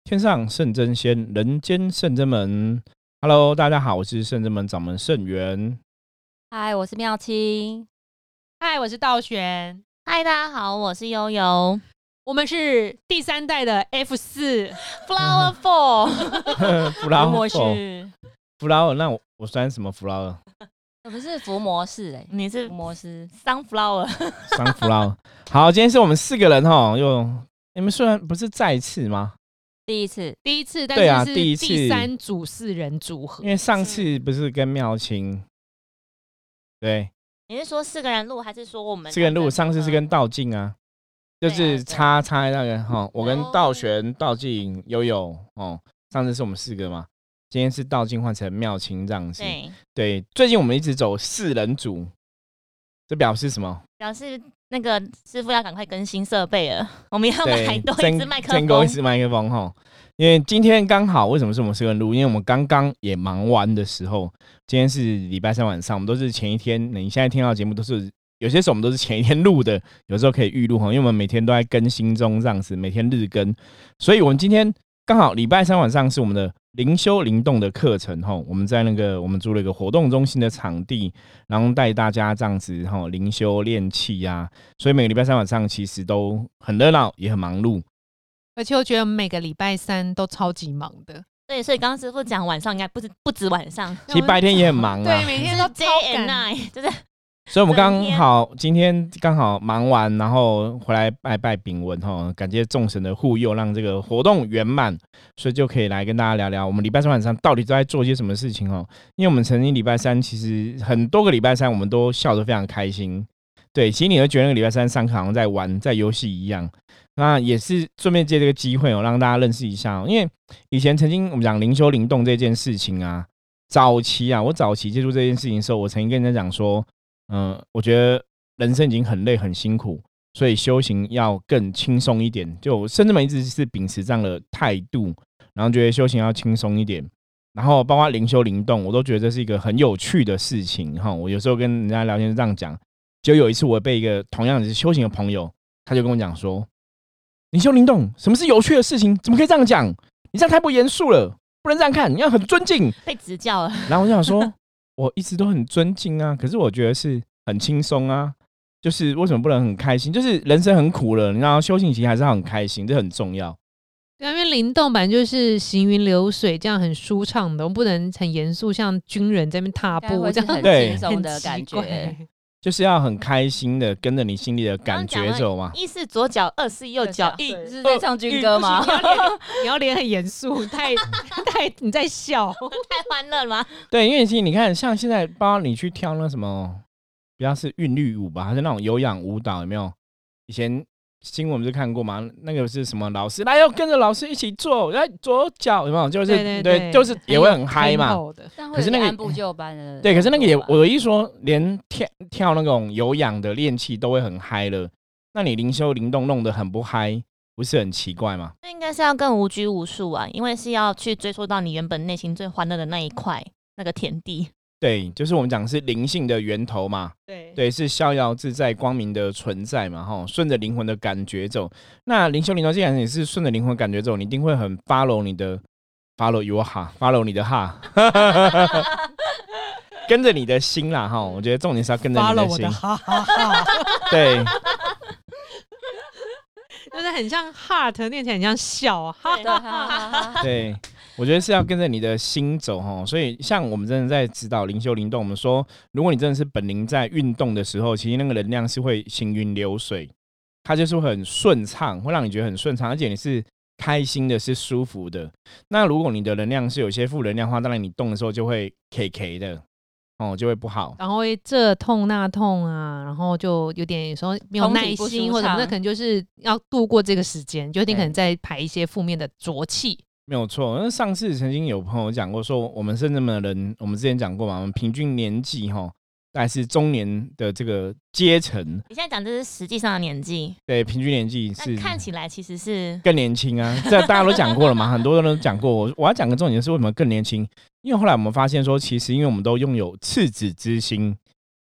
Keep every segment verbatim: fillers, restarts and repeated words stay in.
天上圣真仙，人间圣真门。Hello， 大家好，我是圣真门掌门圣元。 嗨，我是妙清。 嗨，我是道玄。 嗨，大家好，我是悠悠。 我们是第三代的 F 四 Flower Four 弗拉模式。 弗拉那我我算什么弗拉尔？ 我不是伏魔式哎、欸，你是伏魔师 Sunflower。 桑弗拉尔。好，今天是我们四个人哈，又你们虽然不是再次吗？ 第一次， 第一次，但对啊是是第一次第三组四人组合。 因为上次不是跟妙清，对， 你是说四个人录，还是说我们四个人录？上次是跟道静啊，就是插插那个哈，我跟道玄、道静、悠悠哦，上次是我们四个嘛，今天是道静换成妙清这样子。 对对，最近我们一直走四人组，这表示什么？ 表示那个师傅要赶快更新设备了，我们要买多一支麦克增购一风。 支麦克风哈，因为今天刚好，为什么是我们四个人录？因为我们刚刚也忙完的时候，今天是礼拜三晚上，我们都是前一天，你现在听到的节目都是有些时候我们都是前一天录的，有时候可以预录哈，因为我们每天都在更新中这样子，每天日更，所以我们今天刚好礼拜三晚上是我们的灵修灵动的课程哈，我们在那个我们租了一个活动中心的场地，然后带大家这样子哈灵修练气呀，所以每个礼拜三晚上其实都很热闹，也很忙碌。 而且我觉得每个礼拜三都超级忙的。 对，所以刚刚师傅讲晚上应该不是不止晚上， 其实白天也很忙啊。 对，每天都是 day 超 and 赶。 night， 就是所以我们刚好今天刚好忙完，然后回来拜拜丙文哈，感谢众神的护佑，让这个活动圆满，所以就可以来跟大家聊聊我们礼拜三晚上到底都在做些什么事情哦。因为我们曾经礼拜三其实很多个礼拜三我们都笑得非常开心，对，其实你会觉得那个礼拜三上课好像在玩在游戏一样。那也是顺便借这个机会哦，让大家认识一下哦。因为以前曾经我们讲灵修灵动这件事情啊，早期啊，我早期接触这件事情的时候，我曾经跟人家讲说，嗯、呃，我觉得人生已经很累很辛苦，所以修行要更轻松一点。就甚至们一直是秉持这样的态度，然后觉得修行要轻松一点，然后包括灵修灵动，我都觉得这是一个很有趣的事情哈。我有时候跟人家聊天是这样讲，就有一次我被一个同样是修行的朋友，他就跟我讲说，灵修灵动，什么是有趣的事情？怎么可以这样讲？你这样太不严肃了，不能这样看，你要很尊敬。 被指教了。 然后我就想说，我一直都很尊敬啊，可是我觉得是很轻松啊，就是为什么不能很开心？就是人生很苦了，你知道，修行其实还是要很开心，这很重要。 对啊，因为灵动本来就是行云流水，这样很舒畅的，我们不能很严肃，像军人在那边踏步这样， 很对轻松的感觉。 就是要很开心的跟着你心里的感觉走嘛。 一是左脚，二是右脚，一是在唱军歌吗？ 你要脸很严肃，太太你在笑， 太欢乐了吗？ 对，因为其实你看，像现在，包括你去跳那什么，比较是韵律舞吧，还是那种有氧舞蹈，有没有？以前新闻不是看过吗？那个是什么老师来要跟着老师一起做，来左脚有没有？就是对对 对, 对，就是也会很嗨嘛。 可是那个按部就班的， 对，可是那个也，我一说连跳跳那种有氧的练气都会很嗨了，那你灵修灵动弄得很不嗨，不是很奇怪吗？ 那应该是要更无拘无束啊，因为是要去追溯到你原本内心最欢乐的那一块那个田地。 对，就是我们讲的是灵性的源头嘛， 对对，是逍遥自在、光明的存在嘛，哈，顺着灵魂的感觉走。那灵修灵动既然你是顺着灵魂感觉走，你一定会很 follow 你的 follow your heart，follow 你的 heart， 跟着你的心啦，哈，我觉得重点是要跟着你的心， follow 我的哈哈哈， 对。 就是很像 heart， 念起来很像笑，哈哈哈哈。 对，我觉得是要跟着你的心走哈。所以像我们真的在指导灵修灵动，我们说，如果你真的是本灵在运动的时候，其实那个能量是会行云流水，它就是会很顺畅，会让你觉得很顺畅，而且你是开心的，是舒服的。那如果你的能量是有些负能量的话，当然你动的时候就会 K K 的。哦，就会不好， 然后会这痛那痛啊，然后就有点有时候没有耐心或者什么的，可能就是要度过这个时间，就你可能在排一些负面的浊气。 没有错。那上次曾经有朋友讲过说，我们深圳的人，我们之前讲过嘛，我们平均年纪哈，大概是中年的这个阶层。 你现在讲这是实际上的年纪， 对，平均年纪是看起来其实是更年轻啊，这大家都讲过了嘛，很多人都讲过。我我要讲个重点是为什么更年轻，因为后来我们发现说，其实因为我们都拥有赤子之心，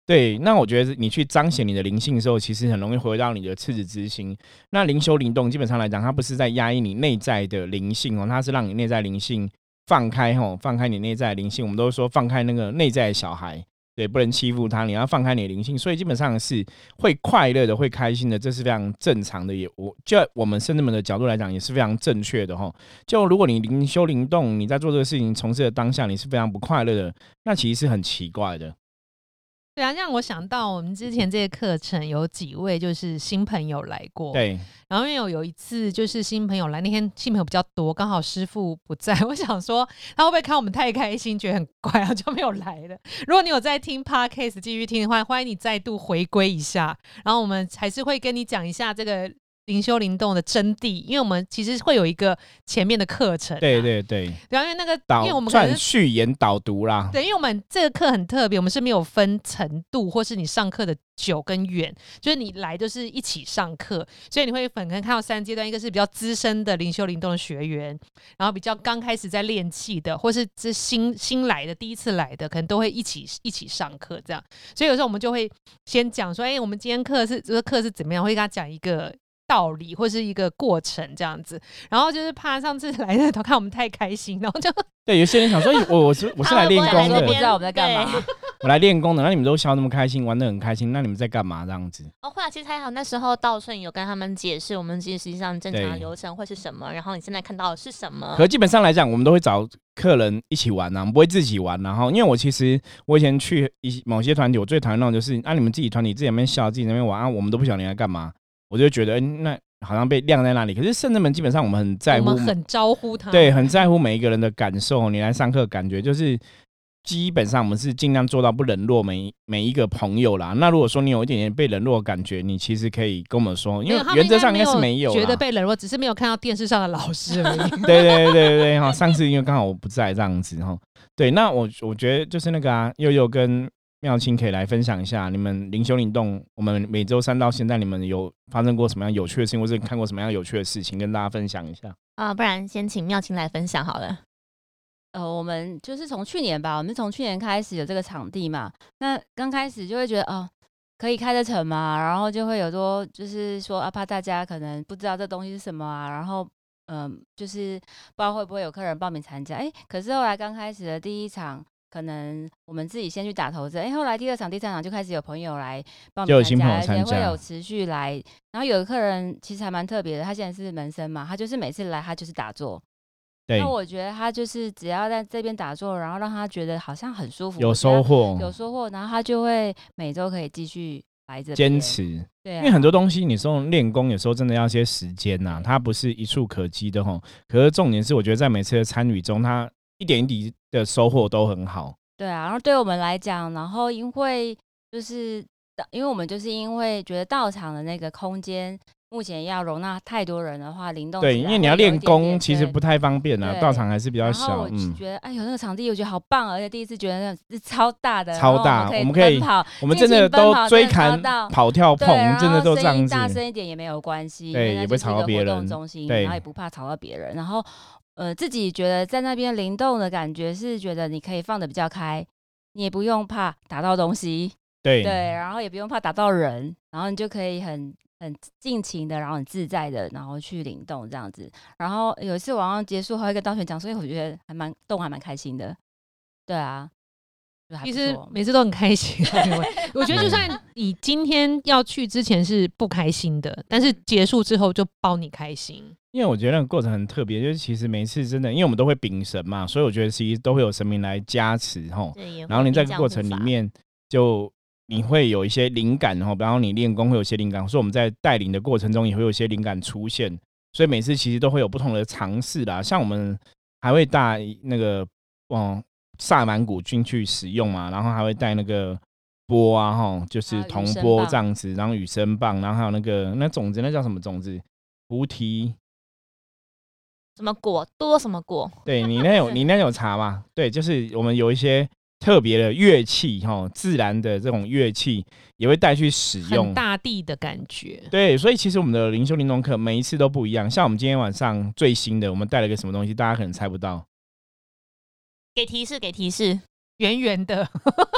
对，那我觉得你去彰显你的灵性的时候，其实很容易回到你的赤子之心。那灵修灵动基本上来讲，它不是在压抑你内在的灵性哦，它是让你内在灵性放开哦，放开你内在的灵性。我们都说放开那个内在的小孩。对，不能欺负他，你要放开你的灵性，所以基本上是会快乐的，会开心的，这是非常正常的。也我就我们圣人们的角度来讲，也是非常正确的哈。就如果你灵修灵动，你在做这个事情从事的当下，你是非常不快乐的，那其实是很奇怪的。 对啊，让我想到我们之前这些课程有几位就是新朋友来过， 对， 然后因为有有一次就是新朋友来，那天新朋友比较多，刚好师父不在，我想说他会不会看我们太开心，觉得很怪，然后就没有来了。如果你有在听 podcast 继续听的话，欢迎你再度回归一下，然后我们还是会跟你讲一下这个灵修灵动的真谛，因为我们其实会有一个前面的课程、啊， 对对对， 对啊，因为那个因为我们算序言导读啦， 对，因为我们这个课很特别，我们是没有分程度，或是你上课的久跟远，就是你来就是一起上课，所以你会可能看到三阶段，一个是比较资深的灵修灵动的学员，然后比较刚开始在练气的，或是这新新来的第一次来的，可能都会一起一起上课这样，所以有时候我们就会先讲说，哎、欸，我们今天课是这个课是怎么样，会跟他讲一个道理或是一个过程这样子，然后就是怕上次来的都看我们太开心，然后就对有些人想说我我是我是来练功的， 不知道我们在干嘛， 我来练功的，那你们都笑那么开心，玩得很开心，那你们在干嘛这样子？ 哦，后来其实还好，那时候道顺有跟他们解释我们其实实际上正常的流程会是什么，然后你现在看到的是什么。 可基本上来讲，我们都会找客人一起玩啊，我们不会自己玩。然后，因为我其实我以前去一某些团体，我最讨厌那种就是啊，你们自己团体自己在那边笑，自己在那边玩啊，我们都不晓得你来干嘛，我就觉得、欸、那。好像被晾在那里，可是圣人们基本上我们很在乎， 我们很招呼他， 对，很在乎每一个人的感受。你来上课，感觉就是基本上我们是尽量做到不冷落每每一个朋友啦。那如果说你有一点点被冷落的感觉，你其实可以跟我们说，因为原则上应该是没有觉得被冷落，只是没有看到电视上的老师而已。 对对对对对哈，上次因为刚好我不在这样子哈。对，那我我觉得就是那个啊，佑佑跟妙清可以来分享一下你们灵修灵动，我们每周三到现在，你们有发生过什么样有趣的事情，或是看过什么样有趣的事情，跟大家分享一下啊、呃？不然先请妙清来分享好了。 呃，我们就是从去年吧，我们从去年开始有这个场地嘛，那刚开始就会觉得哦，可以开得成嘛，然后就会有说，就是说啊，怕大家可能不知道这东西是什么啊，然后嗯、呃，就是不知道会不会有客人报名参加，哎，可是后来刚开始的第一场。可能我们自己先去打头阵，哎，后来第二场、第三场就开始有朋友来报名参加，而且会有持续来。然后有个客人其实还蛮特别的，他现在是门生嘛，他就是每次来他就是打坐。 对。 那我觉得他就是只要在这边打坐，然后让他觉得好像很舒服， 有收获， 有收获，然后他就会每周可以继续来这边坚持。 对、啊， 因为很多东西你说练功有时候真的要些时间呐、啊，它不是一触可及的吼。可是重点是，我觉得在每次的参与中，他一点一滴的收获都很好。 对啊，然后对我们来讲，然后因为就是因为我们就是因为觉得道场的那个空间目前要容纳太多人的话，灵动对，因为你要练功其实不太方便啊，道场还是比较小。 然后我觉得、嗯、哎呦那个场地我觉得好棒，而且第一次觉得那是超大的， 超大， 我们可以奔跑， 我们真的都追砍跑跳碰，真的都这样子。 大声一点也没有关系， 对，也不会吵到别人。 对，然后也不怕吵到别人，然后。呃，自己觉得在那边灵动的感觉是觉得你可以放得比较开，你也不用怕打到东西， 对对，然后也不用怕打到人，然后你就可以很很尽情的，然后很自在的，然后去灵动这样子。然后有一次晚上结束后，一个道玄讲，所以我觉得还蛮动，还蛮开心的。对啊， 其实每次都很开心。我觉得就算你今天要去之前是不开心的，但是结束之后就包你开心。 因为我觉得那个过程很特别，就是其实每一次真的，因为我们都会禀神嘛，所以我觉得其实都会有神明来加持吼。然后你在这个过程里面，就你会有一些灵感吼，然后你练功会有一些灵感，所以我们在带领的过程中也会有一些灵感出现，所以每次其实都会有不同的尝试啦。像我们还会带那个嗯萨满鼓进去使用嘛，然后还会带那个钵啊吼，就是铜钵这样子，然后羽生棒，然后还有那个那种子，那叫什么种子？菩提。 什么果多什么果？ 对，你那有你那有查吗？对，就是我们有一些特别的乐器哈，自然的这种乐器也会带去使用， 很大地的感觉。 对，所以其实我们的灵修灵动课每一次都不一样。像我们今天晚上最新的，我们带了个什么东西，大家可能猜不到。 给提示，给提示， 圆圆的。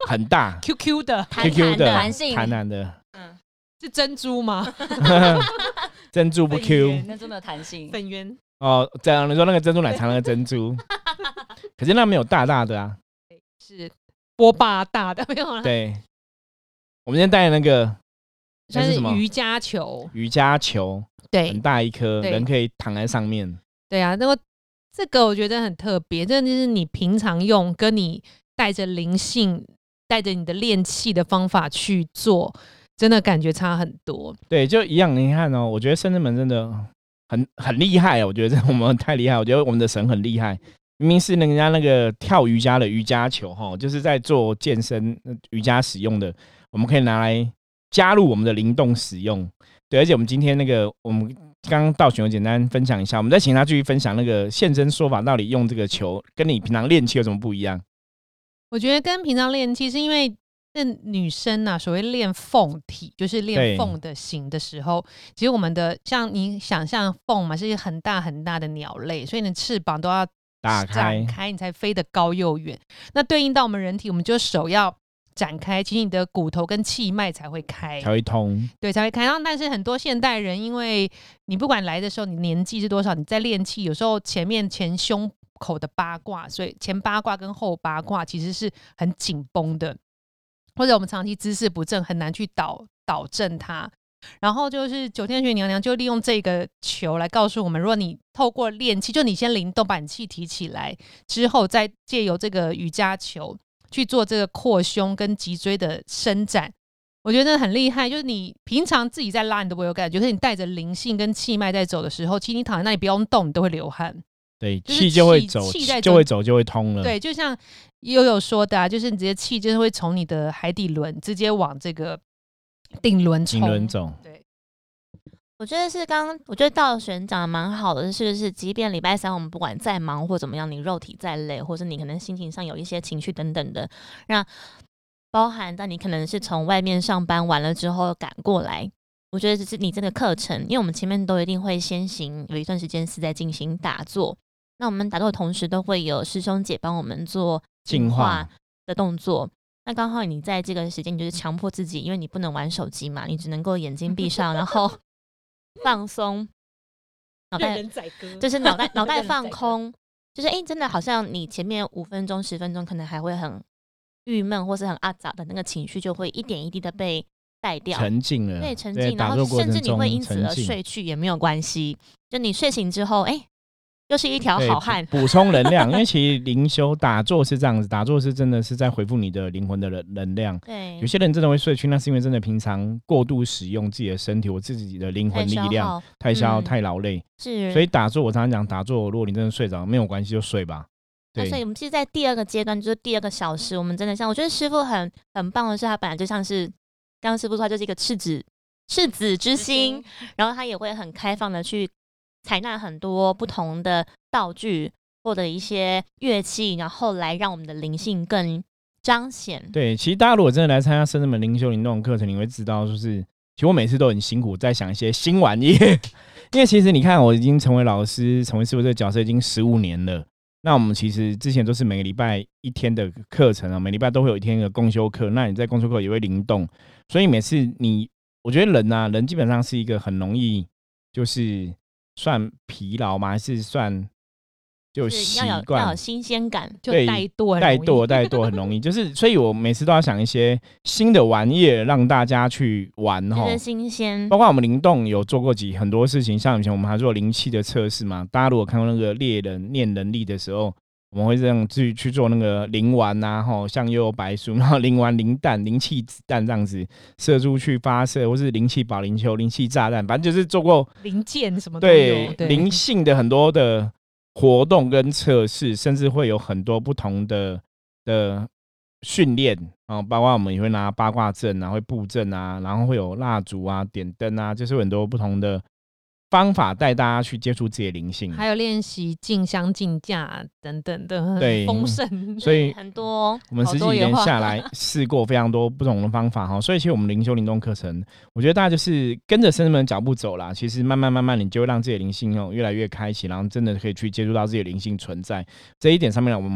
很大 ，Q Q 的弹 Q Q 的弹性弹弹的， 嗯， 是珍珠吗？ 珍珠不 Q 那真的有弹性。 粉圆哦，这样你说那个珍珠奶茶那个珍珠，可是那没有大大的啊。 是波霸大的，没有啦。 对，我们今天带的那个那算是是什么？ 瑜伽球， 瑜伽球，很对大一颗， 对人可以躺在上面。 对啊，那么这个我觉得很特别，这就是你平常用，跟你带着灵性、带着你的练气的方法去做，真的感觉差很多。 对，就一样。你看哦，我觉得圣真门真的很很厉害哦，我觉得我们太厉害，我觉得我们的神很厉害。明明是人家那个跳瑜伽的瑜伽球哈，就是在做健身瑜伽使用的，我们可以拿来加入我们的灵动使用。对，而且我们今天那个我们刚刚道玄有简单分享一下，我们再请他继续分享那个现身说法，到底用这个球跟你平常练气有什么不一样？ 我觉得跟平常练气是因为那女生啊，所谓练凤体，就是练凤的形的时候，其实我们的像你想象凤嘛，是一个很大很大的鸟类，所以你的翅膀都要打开展开，你才飞得高又远。那对应到我们人体，我们就手要展开，其实你的骨头跟气脉才会开， 才会通。 对，才会开。然后，但是很多现代人，因为你不管来的时候你年纪是多少，你在练气，有时候前面前胸口的八卦，所以前八卦跟后八卦其实是很紧绷的，或者我们长期姿势不正，很难去导导正它。然后就是九天玄女娘娘就利用这个球来告诉我们，如果你透过练气，就你先灵动，把你气提起来，之后再借由这个瑜伽球去做这个扩胸跟脊椎的伸展，我觉得很厉害。就是你平常自己在拉你都不会有感觉，可是你带着灵性跟气脉在走的时候，其实你躺在那里不用动，你都会流汗。 对， 就是气就会气走， 气在就会走，就会通了。 对，就像悠悠说的啊，就是你直接气就是会从你的海底轮直接往这个顶轮冲。 顶轮走。 对， 我觉得是刚刚，我觉得道玄讲的蛮好的，是不是？即便礼拜三我们不管再忙或怎么样，你肉体再累，或是你可能心情上有一些情绪等等的，那包含在你可能是从外面上班完了之后赶过来，我觉得这是你这个课程，因为我们前面都一定会先行有一段时间是在进行打坐，那我们打坐的同时都会有师兄姐帮我们做净化的动作。那刚好你在这个时间，你就是强迫自己，因为你不能玩手机嘛，你只能够眼睛闭上，然后放松，脑袋就是脑袋脑袋放空，就是哎、欸，真的好像你前面五分钟、十分钟可能还会很郁闷或是很阿杂的那个情绪，就会一点一滴的被带掉， 沉浸了， 对，沉浸，然后甚至你会因此而睡去也没有关系。就你睡醒之后，哎、欸。又是一条好汉， 补充能量。因为其实灵修打坐是这样子，打坐是真的是在回复你的灵魂的能量。 对， 有些人真的会睡去，那是因为真的平常过度使用自己的身体，我自己的灵魂力量太消耗、嗯、太劳累。 是， 所以打坐，我常常讲，打坐，如果你真的睡着，没有关系，就睡吧。对， 所以我们其实，在第二个阶段，就是第二个小时，我们真的像，我觉得师父很很棒的是，他本来就像是刚刚师父说，他就是一个赤子赤子之心，然后他也会很开放的去采纳很多不同的道具或者一些乐器，然后来让我们的灵性更彰显。 对，其实大家如果真的来参加圣真门灵修灵动课程，你会知道，就是其实我每次都很辛苦，在想一些新玩意。因为其实你看，我已经成为老师、成为师父这个角色已经十五年了。那我们其实之前都是每个礼拜一天的课程啊，每礼拜都会有一天的共修课。那你在共修课也会灵动，所以每次你，我觉得人啊，人基本上是一个很容易就是算疲劳吗？还是算就习惯？ 要有新鲜感， 就怠惰， 怠惰，怠惰很容易。就是，所以我每次都要想一些新的玩意让大家去玩哈， 觉得新鲜。 包括我们灵动有做过几很多事情，像以前我们还做灵气的测试嘛。大家如果看过那个猎人念能力的时候，我们会这样去去做那个灵丸啊，哈，像又有白书，然后灵丸、灵弹、灵气子弹这样子射出去发射，或是灵气保龄球、灵气炸弹，反正就是做过灵剑什么都有， 对灵性的很多的活动跟测试，甚至会有很多不同的的训练啊，包括我们也会拿八卦阵啊，会布阵啊，然后会有蜡烛啊、点灯啊，就是有很多不同的方法带大家去接触自己的灵性， 还有练习静香静驾等等的， 对， 丰盛， 所以很多我们十几年下来试过非常多不同的方法哈，所以其实我们灵修灵动课程，我觉得大家就是跟着圣真门的脚步走啦，其实慢慢慢慢你就会让自己的灵性越来越开启，然后真的可以去接触到自己的灵性存在。这一点上面呢，我们还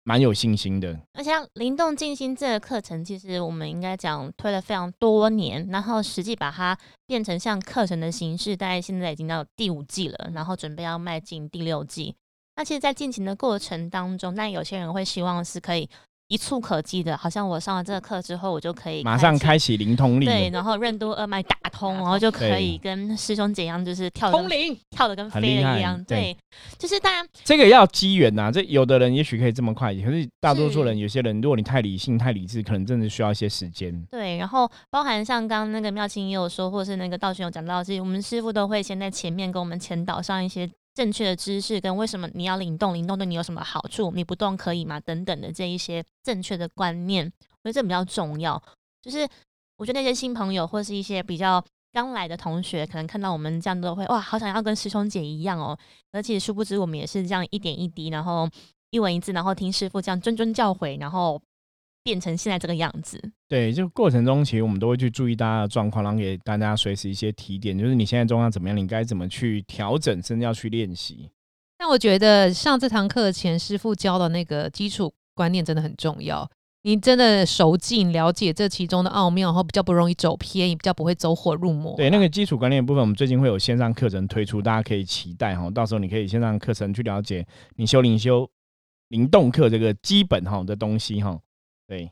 蛮有信心的。 而且像灵动静心这个课程，其实我们应该讲推了非常多年，然后实际把它变成像课程的形式，大概现在已经到第五季了，然后准备要迈进第六季。那其实，在进行的过程当中，但有些人会希望是可以一触可及的，好像我上了这个课之后，我就可以马上开启灵通力， 对，然后任督二脉打通，然后就可以跟师兄姐一样，就是跳通灵， 跳的跟飞了一样。对，就是当然这个要机缘呐，这有的人也许可以这么快，可是大多数人，有些人，如果你太理性、太理智，可能真的需要一些时间。 对，然后包含像刚刚那个妙清也有说，或是那个道玄有讲到，是我们师傅都会先在前面跟我们前导上一些正确的知识，跟为什么你要灵动，灵动对你有什么好处，你不动可以吗？等等的这一些正确的观念，我觉得这比较重要。就是我觉得那些新朋友或是一些比较刚来的同学，可能看到我们这样都会哇，好想要跟师兄姐一样哦。而且殊不知我们也是这样一点一滴，然后一文一字，然后听师傅这样谆谆教诲，然后变成现在这个样子。 对，就过程中其实我们都会去注意大家的状况，然后给大家随时一些提点，就是你现在状况怎么样，你该怎么去调整，甚至要去练习。 但我觉得上这堂课前师傅教的那个基础观念真的很重要，你真的熟尽了解这其中的奥妙，然后比较不容易走偏，也比较不会走火入魔。 对，那个基础观念的部分，我们最近会有线上课程推出，大家可以期待哈。到时候你可以线上课程去了解你修灵修灵动课这个基本哈的东西哈。对。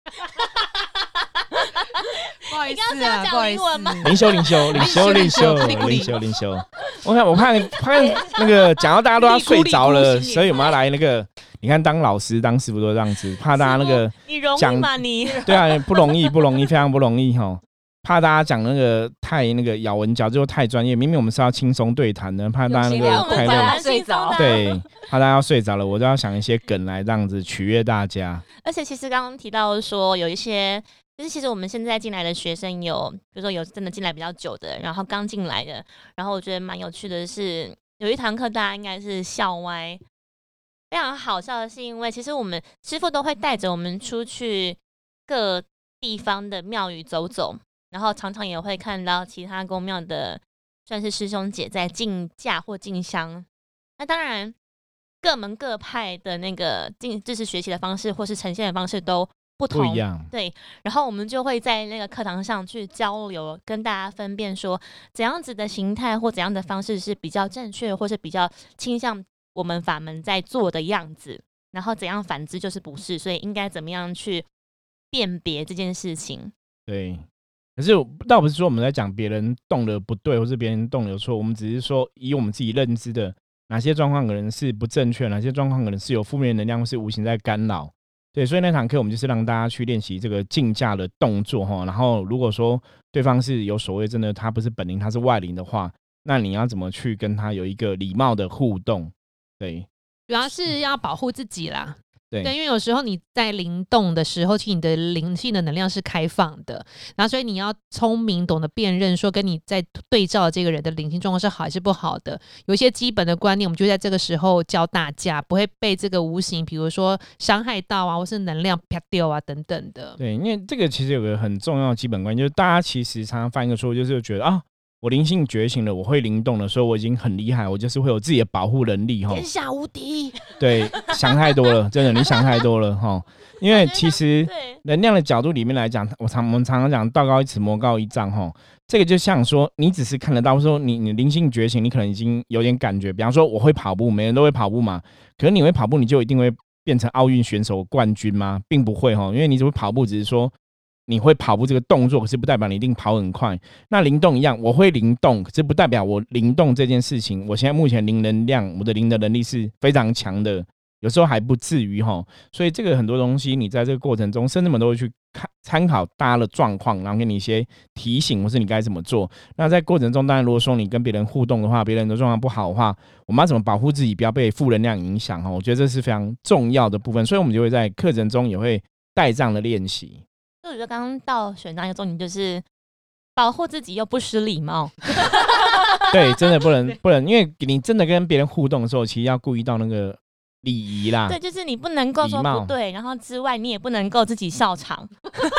不好意思啊， 你刚刚是要讲英文吗？ 灵修灵修灵修灵修灵修灵修，我看我怕怕那个讲到大家都要睡着了，所以我们要来那个，你看当老师当师傅都这样子，怕大家那个你容易吗你？ 对啊，不容易不容易，非常不容易哈。怕大家讲那个太那个咬文嚼字太专业，明明我们是要轻松对谈的，怕大家那个太累睡着， 对，怕大家要睡着了，我就要想一些梗来这样子取悦大家。 而且其实刚刚提到说有一些。就是其实我们现在进来的学生有，比如说有真的进来比较久的，然后刚进来的，然后我觉得蛮有趣的是，有一堂课大家应该是笑歪，非常好笑的是，因为其实我们师父都会带着我们出去各地方的庙宇走走，然后常常也会看到其他宫庙的算是师兄姐在进架或进香。那当然，各门各派的那个进知识学习的方式或是呈现的方式都不同， 不一样， 对，然后我们就会在那个课堂上去交流，跟大家分辨说怎样子的形态或怎样的方式是比较正确，或是比较倾向我们法门在做的样子，然后怎样反之就是不是，所以应该怎么样去辨别这件事情。 对，可是倒不是说我们在讲别人动的不对，或是别人动的有错，我们只是说以我们自己认知的哪些状况可能是不正确，哪些状况可能是有负面能量或是无形在干扰。对，所以那堂课我们就是让大家去练习这个竞价的动作哈。然后如果说对方是有所谓真的他不是本灵，他是外灵的话，那你要怎么去跟他有一个礼貌的互动？对， 主要是要保护自己啦。 对， 对，因为有时候你在灵动的时候，其实你的灵性的能量是开放的，然后所以你要聪明懂得辨认，说跟你在对照的这个人的灵性状况是好还是不好的。有一些基本的观念，我们就在这个时候教大家，不会被这个无形，比如说伤害到啊，或是能量啪掉啊等等的。 对，因为这个其实有个很重要的基本观念，就是大家其实常常犯一个错误，就是觉得啊。我灵性觉醒了，我会灵动了，所以我已经很厉害，我就是会有自己的保护能力哈。 天下无敌。 对，想太多了，真的，你想太多了哈。因为其实能量的角度里面来讲，我常我们常常讲道高一尺，魔高一丈哈。这个就像说，你只是看得到，说你你灵性觉醒，你可能已经有点感觉。比方说，我会跑步，每人都会跑步嘛，可是你会跑步，你就一定会变成奥运选手冠军吗？并不会哈，因为你只会跑步，只是说。你会跑步这个动作，可是不代表你一定跑很快。那灵动一样，我会灵动，可是不代表我灵动这件事情，我现在目前灵能量，我的灵的能力是非常强的，有时候还不至于齁。所以这个很多东西，你在这个过程中，甚至们都会去看参考大家的状况，然后给你一些提醒，或是你该怎么做。那在过程中，当然如果说你跟别人互动的话，别人的状况不好的话，我们要怎么保护自己，不要被负能量影响齁？我觉得这是非常重要的部分，所以我们就会在课程中也会带这样的练习。 所以我觉得刚刚到选章一个重点就是保护自己又不失礼貌。 对，真的不能不能，因为你真的跟别人互动的时候，其实要顾及到那个礼仪啦。 对，就是你不能够说不对，然后之外你也不能够自己笑场，这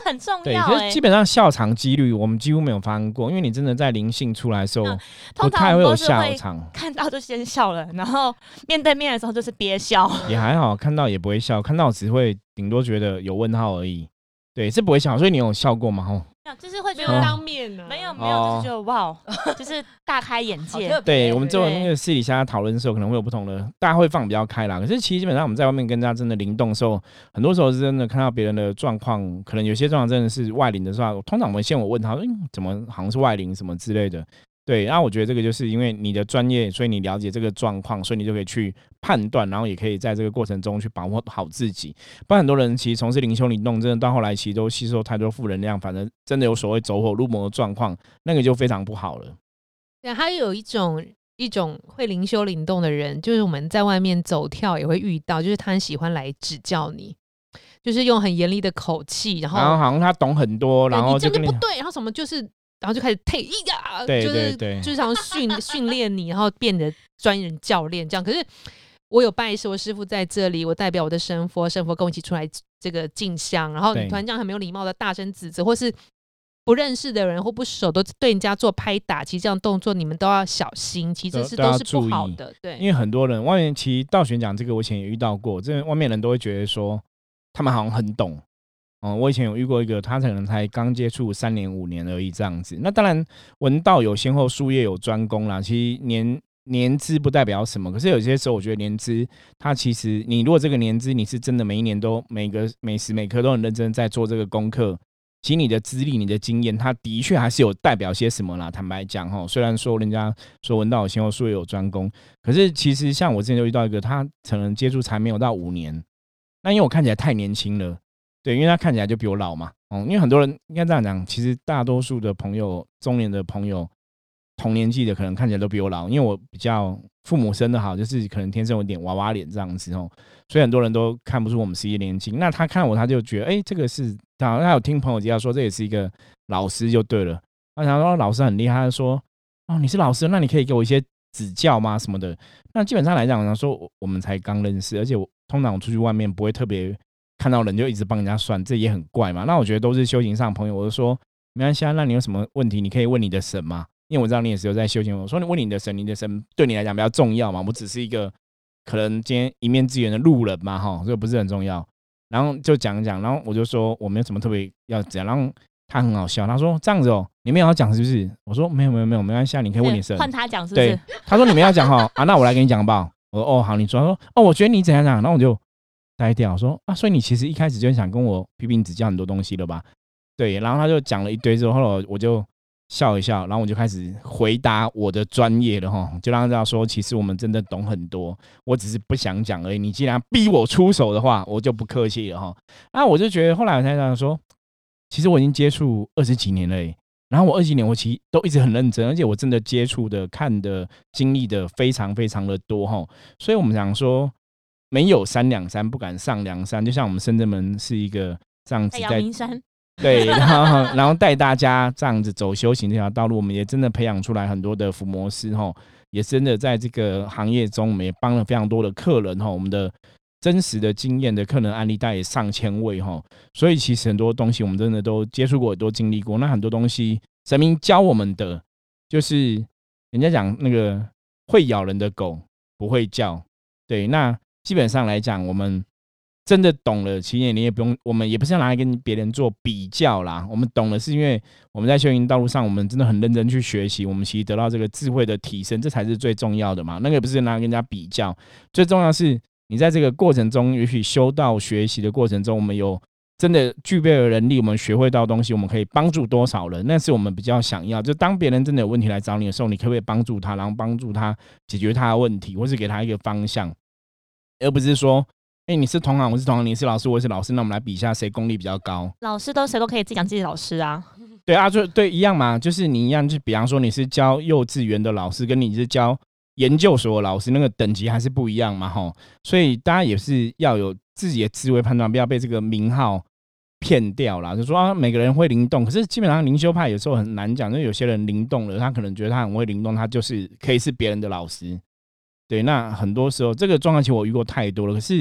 很重对， 要哎、 可是基本上笑场几率我们几乎没有发生过，因为你真的在灵性出来的时候， 嗯不通常太会有我们都是会笑场， 看到就先笑了，然后面对面的时候就是憋笑。 也还好，看到也不会笑，看到只会顶多觉得有问号而已。对，是不会笑，所以你有笑过吗？吼， 没有就是会没有觉得当面呢、 没有没有，就是觉得哇，就是大开眼界。 好特别对，我们做对那个私底下讨论的时候，可能会有不同的，大家会放比较开啦。可是其实基本上我们在外面跟大家真的灵动的时候，很多时候是真的看到别人的状况，可能有些状况真的是外灵的时候，通常我们先我问他，嗯，怎么好像是外灵什么之类的。对，然后我觉得这个就是因为你的专业，所以你了解这个状况，所以你就可以去判断，然后也可以在这个过程中去把握好自己。不然很多人其实从事灵修灵动，真的到后来其实都吸收太多负能量，反正真的有所谓走火入魔的状况，那个就非常不好了。 对，还有一种一种会灵修灵动的人，就是我们在外面走跳也会遇到，就是他很喜欢来指教你，就是用很严厉的口气，然后然后好像他懂很多，然后对你这样跟你就不对，然后什么就是，然后就开始 take 一呀， 对就是对对就是想训训练你，然后变得专人教练这样。可是我有拜师，我师傅在这里，我代表我的神佛，神佛跟我一起出来这个进香，然后你对突然这样很没有礼貌的大声指责，或是不认识的人或不熟都对人家做拍打，其实这样动作你们都要小心，其实都是都要注都是不好意的。对， 因为很多人外面其实道玄讲这个，我以前也遇到过，这外面人都会觉得说他们好像很懂。哦、嗯，我以前有遇过一个，他可能才刚接触三年五年而已这样子。那当然，文道有先后，术业有专攻啦。其实年年资不代表什么，可是有些时候我觉得年资，它其实你如果这个年资你是真的每一年都每个每时每刻都很认真在做这个功课，其实你的资历、你的经验，它的确还是有代表些什么啦。坦白讲哈，虽然说人家说文道有先后，术业有专攻，可是其实像我之前就遇到一个，他可能接触才没有到五年，那因为我看起来太年轻了。对，因为他看起来就比我老嘛，嗯，因为很多人应该这样讲，其实大多数的朋友，中年的朋友，同年纪的可能看起来都比我老，因为我比较父母生的好，就是可能天生有点娃娃脸这样子哦，所以很多人都看不出我们实际年轻。那他看我，他就觉得，哎、欸，这个是他，他有听朋友介绍说，这也是一个老师就对了。他想说老师很厉害，他说，哦，你是老师，那你可以给我一些指教吗？什么的。那基本上来讲，他说我们才刚认识，而且我通常我出去外面不会特别。看到人就一直帮人家算，这也很怪嘛。那我觉得都是修行上的朋友，我就说没关系啊。那你有什么问题，你可以问你的神嘛，因为我知道你也是有在修行。我说你问你的神，你的神对你来讲比较重要嘛。我只是一个可能今天一面之缘的路人嘛，哈，这个不是很重要。然后就讲一讲，然后我就说我没有什么特别要讲，然后他很好笑，他说这样子哦，你们也要讲是不是？我说没有没有没有，没关系啊，你可以问你神。 换他讲是不是？ 对，他说你们要讲哈啊，那我来给你讲好不好？我说哦好，你说。他说哦，我觉得你怎样讲，然后我就。呆掉说啊，所以你其实一开始就想跟我批评指教很多东西了吧？对，然后他就讲了一堆之后，后来我就笑一笑，然后我就开始回答我的专业了哈，就让他知道说，其实我们真的懂很多，我只是不想讲而已。你既然逼我出手的话，我就不客气了哈。那我就觉得后来我才想说，其实我已经接触二十几年了耶，然后我二十几年我其实都一直很认真，而且我真的接触的、看的、经历的非常非常的多哈，所以我们想说。没有三两山不敢上梁山，就像我们深圳门是一个这样子在阳明山， 对，然后然后带大家这样子走修行这条道路，我们也真的培养出来很多的伏魔师哈，也真的在这个行业中，我们也帮了非常多的客人哈，我们的真实的经验的客人案例大概也上千位哈，所以其实很多东西我们真的都接触过，也都经历过。那很多东西神明教我们的，就是人家讲那个会咬人的狗不会叫，对，那。基本上来讲，我们真的懂了，其实你也不用，我们也不是要拿来跟别人做比较啦。我们懂了，是因为我们在修行道路上，我们真的很认真去学习，我们其实得到这个智慧的提升，这才是最重要的嘛。那个不是拿来跟人家比较，最重要的是你在这个过程中，也许修道学习的过程中，我们有真的具备了能力，我们学会到东西，我们可以帮助多少人，那是我们比较想要。就当别人真的有问题来找你的时候，你可不可以帮助他，然后帮助他解决他的问题，或是给他一个方向。而不是说，哎、欸，你是同行，我是同行，你是老师，我是老师，那我们来比一下谁功力比较高。 老师都谁都可以自己讲自己老师啊。 对啊，就对一样嘛，就是你一样，就比方说你是教幼稚园的老师，跟你是教研究所的老师，那个等级还是不一样嘛，吼。所以大家也是要有自己的智慧判断，不要被这个名号骗掉啦。就说啊，每个人会灵动，可是基本上灵修派有时候很难讲，因为有些人灵动了，他可能觉得他很会灵动，他就是可以是别人的老师。对，那很多时候这个状况其实我遇过太多了。可是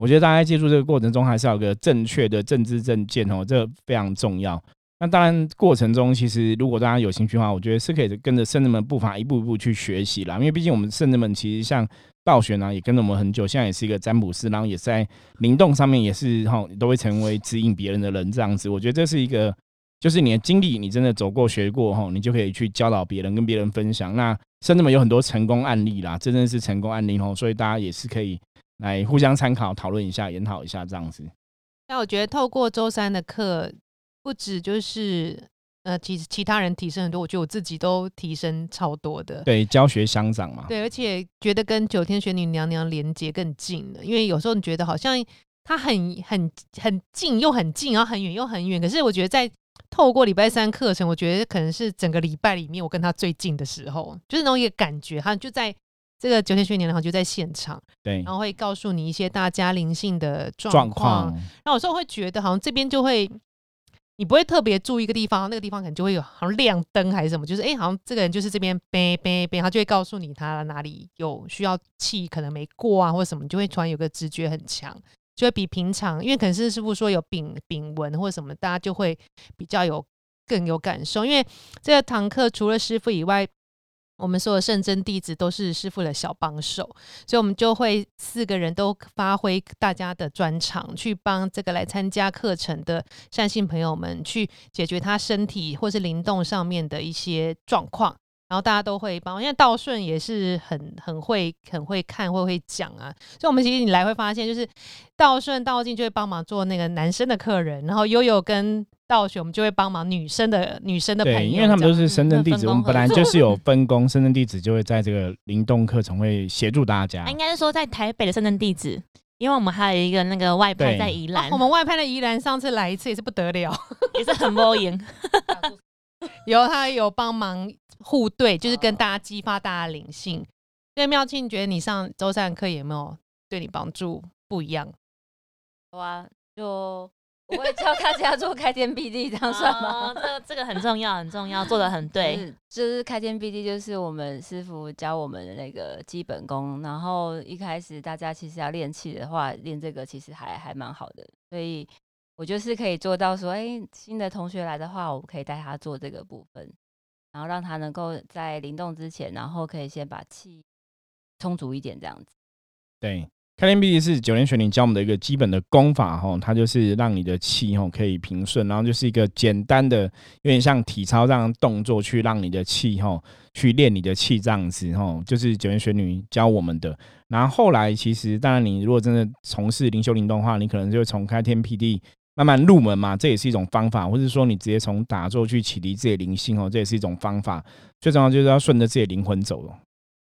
我觉得大家在接触这个过程中，还是要有个正确的正知正见哦，这个非常重要。那当然，过程中其实如果大家有兴趣的话，我觉得是可以跟着圣人们步伐一步一步去学习啦。因为毕竟我们圣人们其实像道玄啊，也跟着我们很久，现在也是一个占卜师，然后也是在灵动上面也是哈，都会成为指引别人的人这样子。我觉得这是一个，就是你的经历，你真的走过学过哈，你就可以去教导别人，跟别人分享。那圣人们有很多成功案例啦，真的是成功案例哦，所以大家也是可以来互相参考、讨论一下、研讨一下这样子。 那我觉得透过周三的课，不止就是呃，其实其他人提升很多，我觉得我自己都提升超多的。 对，教学相长嘛。 对，而且觉得跟九天玄女娘娘连接更近了，因为有时候你觉得好像它很很很近又很近，然后很远又很远，可是我觉得在透过礼拜三课程，我觉得可能是整个礼拜里面我跟他最近的时候，就是那种一个感觉，他就在这个九天玄女娘娘就在现场， 对， 然后会告诉你一些大家灵性的状况。那有时候会觉得好像这边就会。你不会特别注意一个地方，那个地方可能就会有好像亮灯还是什么，就是哎、欸，好像这个人就是这边呗呗呗，他就会告诉你他哪里有需要气可能没过啊，或者什么，你就会突然有个直觉很强，就会比平常，因为可能是师傅说有丙丙文或者什么，大家就会比较有更有感受。因为这个堂课除了师傅以外，我们所有圣真弟子都是师父的小帮手，所以我们就会四个人都发挥大家的专长，去帮这个来参加课程的善信朋友们去解决他身体或是灵动上面的一些状况。然后大家都会帮，因为道顺也是很很会很会看或会讲啊，所以我们其实你来会发现，就是道顺道静就会帮忙做那个男生的客人，然后悠悠跟道玄我们就会帮忙女生的女生的朋友， 对，因为他们都是圣真弟子，我们本来就是有分工，圣真弟子就会在这个灵动课程会协助大家。 应该是说在台北的圣真弟子，因为我们还有一个那个外派在宜兰、 啊，我们外派的宜兰上次来一次也是不得了， 也是很无言。 有他有帮忙互对，就是跟大家激发大家灵性。所以妙庆，你觉得你上周三的课有没有对你帮助不一样？ 有啊，就我会教大家做开天辟地，这样算吗？ 哦、这个这个很重要，很重要，做得很对。 就是、就是开天辟地，就是我们师父教我们的那个基本功。然后一开始大家其实要练气的话，练这个其实还还蛮好的，所以。我就是可以做到说，哎、欸，新的同学来的话，我可以带他做这个部分，然后让他能够在灵动之前，然后可以先把气充足一点，这样子。 对，开天辟地是九天玄女教我们的一个基本的功法哈，它就是让你的气哈可以平顺，然后就是一个简单的，有点像体操这样的动作，去让你的气哈去练你的气这样子哈，就是九天玄女教我们的。然后后来其实当然你如果真的从事灵修灵动的话，你可能就会从开天辟地。慢慢入门嘛，这也是一种方法，或者说你直接从打坐去启迪自己的灵性哦，这也是一种方法。最重要就是要顺着自己的灵魂走了。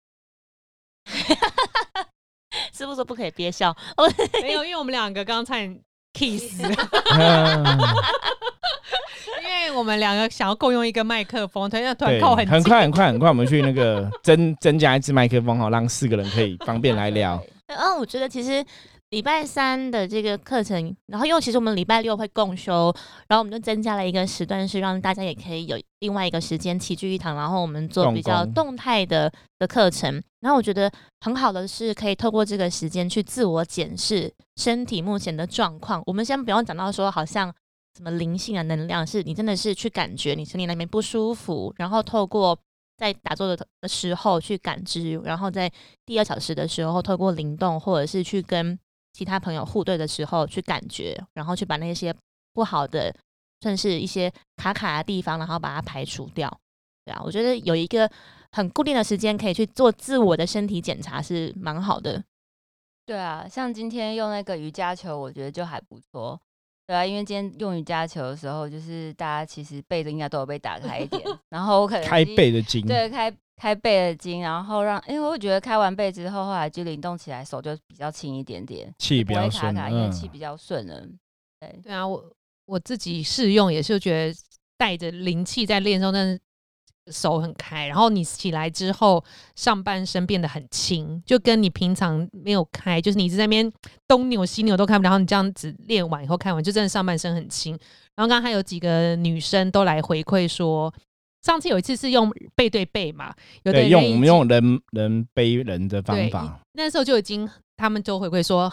师父说不可以憋笑， 没有，因为我们两个刚才 kiss， 因为我们两个想要共用一个麦克风，突然突然靠很近， 很快很快很快，我们去那个增增加一支麦克风哈，让四个人可以方便来聊。 嗯，我觉得其实。礼拜三的这个课程，然后因为其实我们礼拜六会共修，然后我们就增加了一个时段，是让大家也可以有另外一个时间齐聚一堂，然后我们做比较动态的的课程。然后我觉得很好的是，可以透过这个时间去自我检视身体目前的状况。我们先不用讲到说好像什么灵性啊能量，是你真的是去感觉你身体那边不舒服，然后透过在打坐的的时候去感知，然后在第二小时的时候透过灵动或者是去跟其他朋友互对的时候去感觉，然后去把那些不好的算是一些卡卡的地方，然后把它排除掉。对啊，我觉得有一个很固定的时间可以去做自我的身体检查是蛮好的。 对啊，像今天用那个瑜伽球，我觉得就还不错。对啊，因为今天用瑜伽球的时候，就是大家其实背的应该都有被打开一点，然后我可能开背的筋， 对，开。开背的筋，然后让，因为我觉得开完背之后，后来就灵动起来，手就比较轻一点点， 气比较顺， 不会卡卡，因为气比较顺了。对对啊，我我自己试用也是觉得带着灵气在练的时候，真的手很开，然后你起来之后，上半身变得很轻，就跟你平常没有开，就是你一直在那边东扭西扭都开不了，然后你这样子练完以后开完，就真的上半身很轻。然后刚刚还有几个女生都来回馈说。上次有一次是用背对背嘛，有的人用我们用人人背人的方法， 那时候就已经他们就回馈说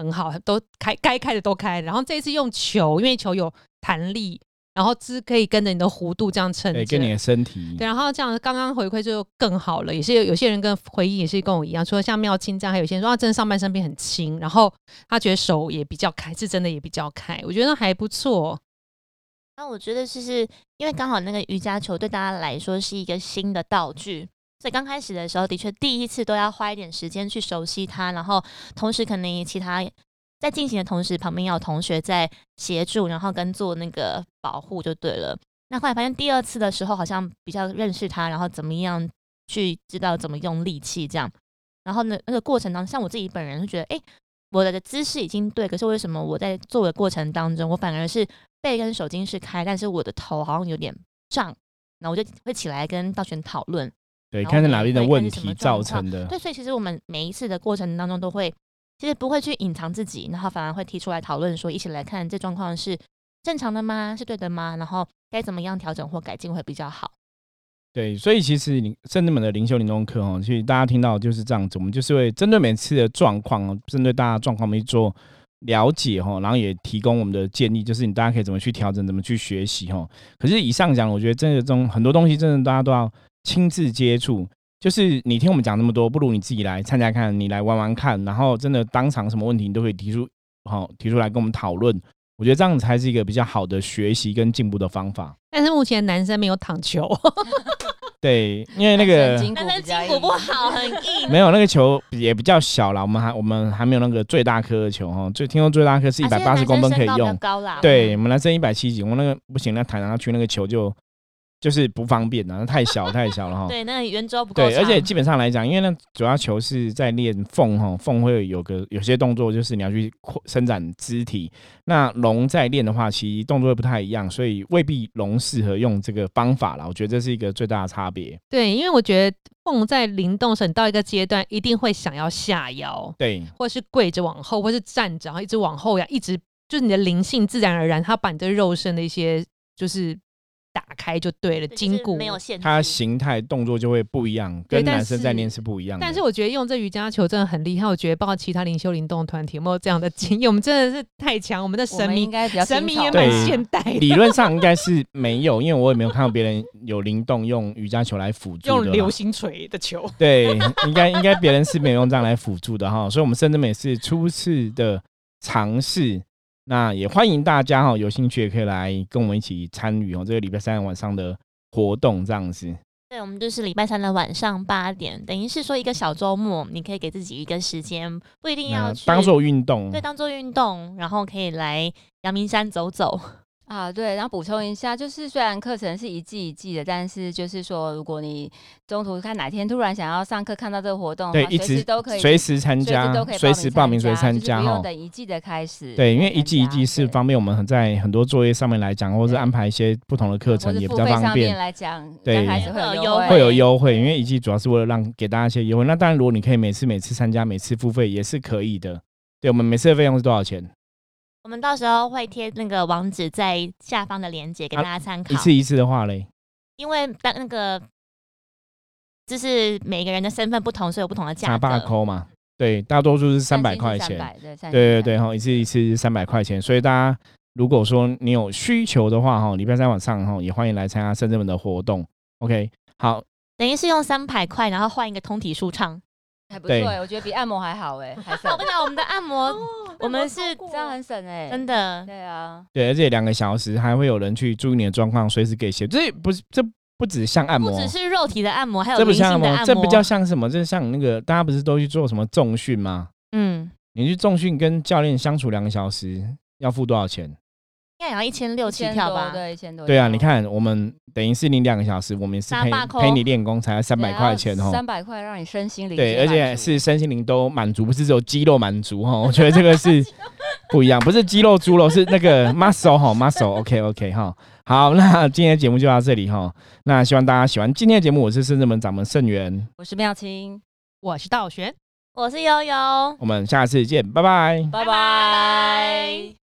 很好，都开该开的都开。然后这一次用球，因为球有弹力，然后是可以跟着你的弧度这样撑着， 对，跟你的身体， 对，然后这样刚刚回馈就更好了。也是有些人跟回应也是跟我一样，除了像妙清这样，还有些人说他真的上半身变很轻，然后他觉得手也比较开，是真的也比较开，我觉得还不错。 那我觉得就是因为刚好那个瑜伽球对大家来说是一个新的道具，所以刚开始的时候的确第一次都要花一点时间去熟悉它，然后同时可能其他在进行的同时旁边要有同学在协助，然后跟做那个保护就对了。那后来发现第二次的时候好像比较认识它，然后怎么样去知道怎么用力气这样，然后呢那个过程当中，像我自己本人就觉得哎，我的姿势已经对，可是为什么我在做的过程当中我反而是背跟手筋是开，但是我的头好像有点胀，然后我就会起来跟道玄讨论， 对，看是哪边的问题造成的。 对，所以其实我们每一次的过程当中都会，其实不会去隐藏自己，然后反而会提出来讨论，说一起来看这状况是正常的吗？是对的吗？然后该怎么样调整或改进会比较好。 对，所以其实圣真门的灵修灵动课哦，其实大家听到就是这样子，我们就是会针对每次的状况哦，针对大家的状况，我们去做了解哦，然后也提供我们的建议，就是你大家可以怎么去调整，怎么去学习哦。可是以上讲，我觉得真的这种很多东西，真的大家都要亲自接触。就是你听我们讲那么多，不如你自己来参加看，你来玩玩看，然后真的当场什么问题你都可以提出，好、哦、提出来跟我们讨论。我觉得这样才是一个比较好的学习跟进步的方法。 但是目前男生没有躺球， 对，因为那个男生筋骨不好，很硬。 没有那个球也比较小啦，我们还我们还没有那个最大颗的球哈，最听说最大颗是一百八十公分可以用。 啊、高啦， 对，我们男生一百七十几，我那个不行，那弹上去那个球就。就是不方便啊，太小太小了哈。 对，那个圆周不够长。 对，而且基本上来讲，因为那主要球是在练凤哈，凤会有个有些动作，就是你要去伸展肢体。那龙在练的话，其实动作会不太一样，所以未必龙适合用这个方法啦。我觉得这是一个最大的差别。 对，因为我觉得凤在灵动时，你到一个阶段一定会想要下腰， 对， 或是跪着往后，或是站着，然后一直往后呀，一直就是你的灵性自然而然，它把你这肉身的一些就是打开就对了，筋骨没有限制， 它形态动作就会不一样，跟男生在练是不一样的。 但是我觉得用这瑜伽球真的很厉害，我觉得包括其他灵修灵动团体有没有这样的经验？我们真的是太强，我们的神明应该比较神明也蛮现代的。 理论上应该是没有，因为我也没有看到别人有灵动用瑜伽球来辅助的， 用流星锤的球。 对，应该应该别人是没有用这样来辅助的哈，所以我们圣真门也是初次的尝试。那也欢迎大家哈，有兴趣也可以来跟我们一起参与哦，这个礼拜三晚上的活动这样子。 对，我们就是礼拜三的晚上八点，等于是说一个小周末，你可以给自己一个时间，不一定要去当做运动， 对，当做运动，然后可以来阳明山走走。 啊，对，然后补充一下，就是虽然课程是一季一季的，但是就是说，如果你中途看哪天突然想要上课，看到这个活动， 对，一直都可以随时参加，随时报名，随时参加， 不用等一季的开始。 对，因为一季一季是方便我们在很多作业上面来讲，或是安排一些不同的课程也比较方便来讲。 对， 会有优惠， 会有优惠，因为一季主要是为了让给大家一些优惠。那当然，如果你可以每次每次参加，每次付费也是可以的。对，我们每次的费用是多少钱？ 我们到时候会贴那个网址在下方的链接给大家参考、啊。 一次一次的话嘞， 因为当那个就是每个人的身份不同，所以有不同的价格。 八扣嘛，对，大多数是三百块钱。对对对哈，一次一次三百块钱，所以大家如果说你有需求的话哈，礼拜三晚上哈也欢迎来参加圣真门的活动。OK， 好， 等于是用三百块，然后换一个通体舒畅。 还不错哎、欸，我觉得比按摩还好哎、欸，还省。 我跟你讲，我们的按摩，哦、我们是这样很省哎、欸， 真的。 对啊， 对，而且两个小时还会有人去注意你的状况，随时给协助。这不是这不只像按摩， 不只是肉体的按摩，还有这不灵性的像按摩。 这比较像什么？这像那个大家不是都去做什么重训吗？ 嗯， 你去重训跟教练相处两个小时，要付多少钱？ 应该也要一千六起跳吧？ 对，一千多。 对啊，你看我们等于是你两个小时，我们也是陪陪你练功，才三百块钱哦。 三百块让你身心灵对，而且是身心灵都满足，不是只有肌肉满足哈。我觉得这个是不一样，不是肌肉猪肉，是那个 muscle 哈 muscle。OK OK 哈，好，那今天的节目就到这里哈。那希望大家喜欢今天的节目，我是圣真门掌门盛元， 我是妙清， 我是道玄， 我是悠悠， 我们下次见，拜拜， 拜拜。